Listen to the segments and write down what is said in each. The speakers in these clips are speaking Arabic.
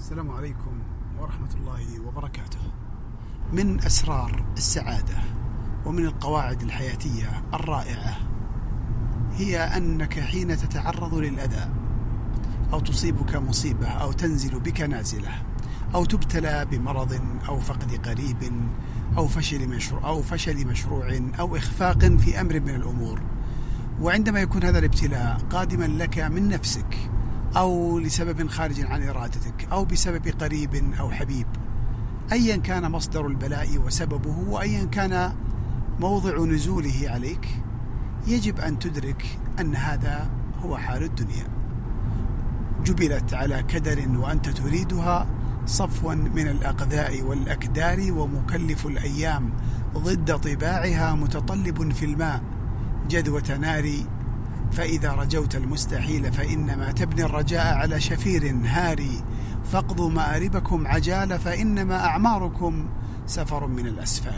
السلام عليكم ورحمة الله وبركاته. من أسرار السعادة ومن القواعد الحياتية الرائعة هي أنك حين تتعرض للأذى أو تصيبك مصيبة أو تنزل بك نازلة أو تبتلى بمرض أو فقد قريب أو فشل مشروع أو إخفاق في أمر من الأمور، وعندما يكون هذا الابتلاء قادما لك من نفسك أو لسبب خارج عن إرادتك أو بسبب قريب أو حبيب، أيا كان مصدر البلاء وسببه وأيا كان موضع نزوله عليك، يجب أن تدرك أن هذا هو حال الدنيا. جبلت على كدر وأنت تريدها، صفوا من الأقذاء والأكدار، ومكلف الأيام ضد طباعها، متطلب في الماء جدوة ناري. فإذا رجوت المستحيل فإنما تبني الرجاء على شفير هاري. فاقضوا مآربكم عجال فإنما أعماركم سفر من الأسفار.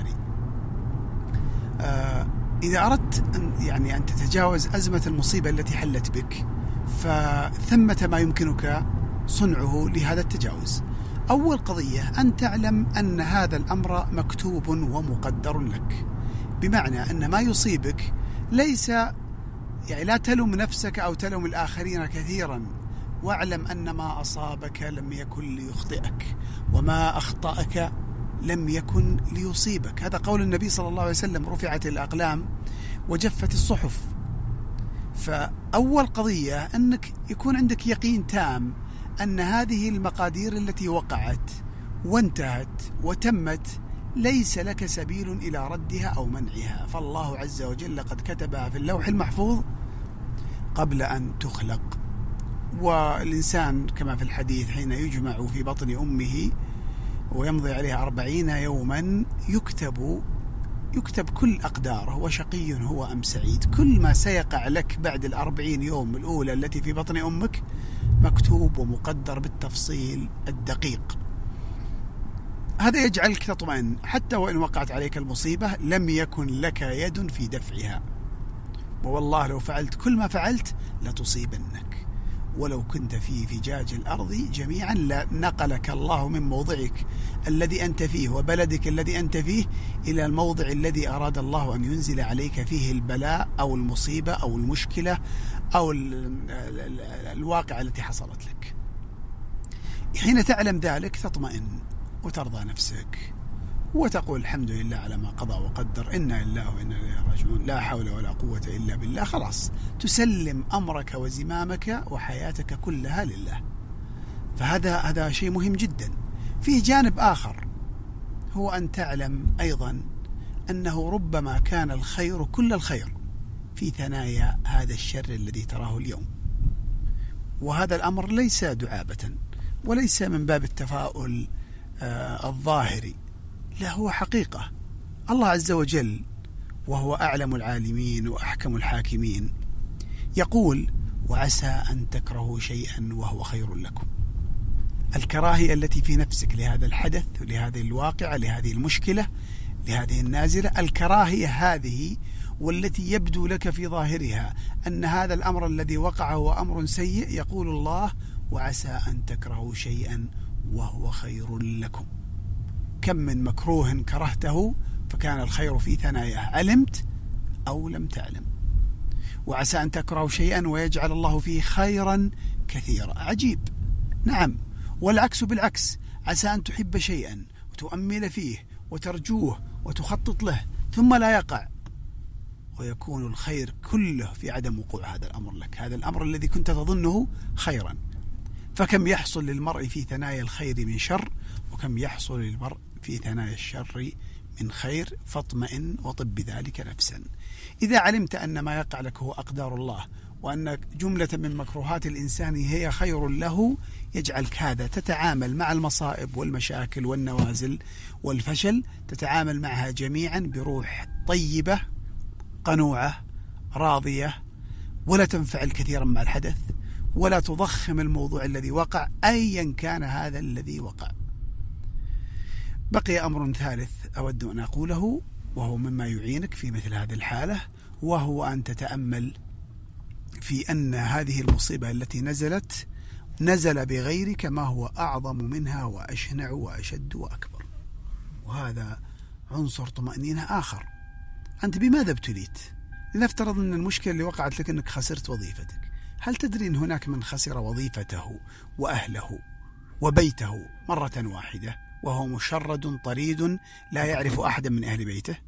إذا أردت أن تتجاوز أزمة المصيبة التي حلت بك، فثمة ما يمكنك صنعه لهذا التجاوز. أول قضية أن تعلم أن هذا الأمر مكتوب ومقدر لك، بمعنى أن ما يصيبك ليس لا تلوم نفسك أو تلوم الآخرين كثيرا، واعلم أن ما أصابك لم يكن ليخطئك وما أخطأك لم يكن ليصيبك. هذا قول النبي صلى الله عليه وسلم: رفعت الأقلام وجفت الصحف. فأول قضية أنك يكون عندك يقين تام أن هذه المقادير التي وقعت وانتهت وتمت ليس لك سبيل إلى ردها أو منعها، فالله عز وجل قد كتبها في اللوح المحفوظ قبل أن تخلق. والإنسان كما في الحديث حين يجمع في بطن أمه ويمضي عليها 40 يوما يكتب كل أقداره، وشقي هو أم سعيد. كل ما سيقع لك بعد 40 يوم الأولى التي في بطن أمك مكتوب ومقدر بالتفصيل الدقيق. هذا يجعلك تطمئن، حتى وإن وقعت عليك المصيبة لم يكن لك يد في دفعها، ووالله لو فعلت كل ما فعلت لتصيبنك، ولو كنت في فجاج الأرض جميعا لنقلك الله من موضعك الذي أنت فيه وبلدك الذي أنت فيه إلى الموضع الذي أراد الله أن ينزل عليك فيه البلاء أو المصيبة أو المشكلة أو الواقع التي حصلت لك. حين تعلم ذلك تطمئن وترضى نفسك وتقول الحمد لله على ما قضى وقدر، إنا لله وإنا إليه راجعون، لا حول ولا قوة إلا بالله. خلاص تسلم أمرك وزمامك وحياتك كلها لله. فهذا شيء مهم جدا. فيه جانب آخر، هو أن تعلم أيضا أنه ربما كان الخير كل الخير في ثنايا هذا الشر الذي تراه اليوم. وهذا الأمر ليس دعابة وليس من باب التفاؤل الظاهري، لا، هو حقيقة. الله عز وجل وهو أعلم العالمين وأحكم الحاكمين يقول: وعسى أن تكرهوا شيئا وهو خير لكم. الكراهية التي في نفسك لهذا الحدث ولهذه الواقعة لهذه المشكلة لهذه النازلة، الكراهية هذه والتي يبدو لك في ظاهرها أن هذا الأمر الذي وقع هو أمر سيء، يقول الله: وعسى أن تكرهوا شيئا وهو خير لكم. كم من مكروه كرهته فكان الخير في ثناياه، علمت أو لم تعلم. وعسى أن تكرهوا شيئا ويجعل الله فيه خيرا كثيرا. عجيب، نعم. والعكس بالعكس، عسى أن تحب شيئا وتؤمل فيه وترجوه وتخطط له ثم لا يقع، ويكون الخير كله في عدم وقوع هذا الأمر لك، هذا الأمر الذي كنت تظنه خيرا. فكم يحصل للمرء في ثنايا الخير من شر، وكم يحصل للمرء في ثنايا الشر من خير. فاطمئن وطب بذلك نفسا. إذا علمت أن ما يقع لك هو أقدار الله، وأن جملة من مكروهات الإنسان هي خير له، يجعلك هذا تتعامل مع المصائب والمشاكل والنوازل والفشل، تتعامل معها جميعا بروح طيبة قنوعة راضية، ولا تنفعل كثيرا مع الحدث، ولا تضخم الموضوع الذي وقع أيا كان هذا الذي وقع. بقي أمر ثالث أود أن أقوله، وهو مما يعينك في مثل هذه الحالة، وهو أن تتأمل في أن هذه المصيبة التي نزلت نزل بغيرك ما هو أعظم منها وأشنع وأشد وأكبر. وهذا عنصر طمأنينة آخر. أنت بماذا ابتليت؟ لنفترض أن المشكلة اللي وقعت لك أنك خسرت وظيفتك. هل تدري أن هناك من خسر وظيفته وأهله وبيته مرة واحدة وهو مشرد طريد لا يعرف أحدا من أهل بيته؟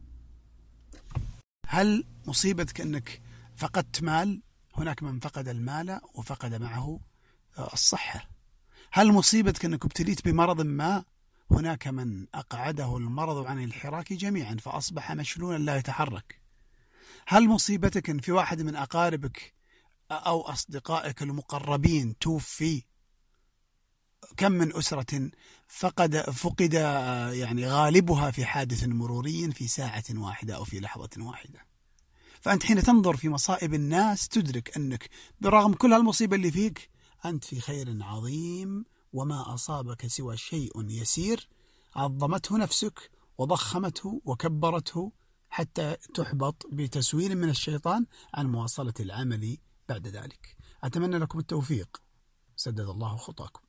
هل مصيبتك أنك فقدت مال؟ هناك من فقد المال وفقد معه الصحة. هل مصيبتك أنك ابتليت بمرض ما؟ هناك من أقعده المرض عن الحراك جميعا فأصبح مشلولا لا يتحرك. هل مصيبتك أن في واحد من أقاربك أو أصدقائك المقربين توفي؟ كم من أسرة فقد يعني غالبها في حادث مروري في ساعة واحدة أو في لحظة واحدة. فأنت حين تنظر في مصائب الناس تدرك أنك برغم كل هالمصيبة اللي فيك أنت في خير عظيم، وما أصابك سوى شيء يسير عظمته نفسك وضخمته وكبرته حتى تحبط بتسويل من الشيطان عن مواصلة العمل بعد ذلك. أتمنى لكم التوفيق، سدد الله خطاكم.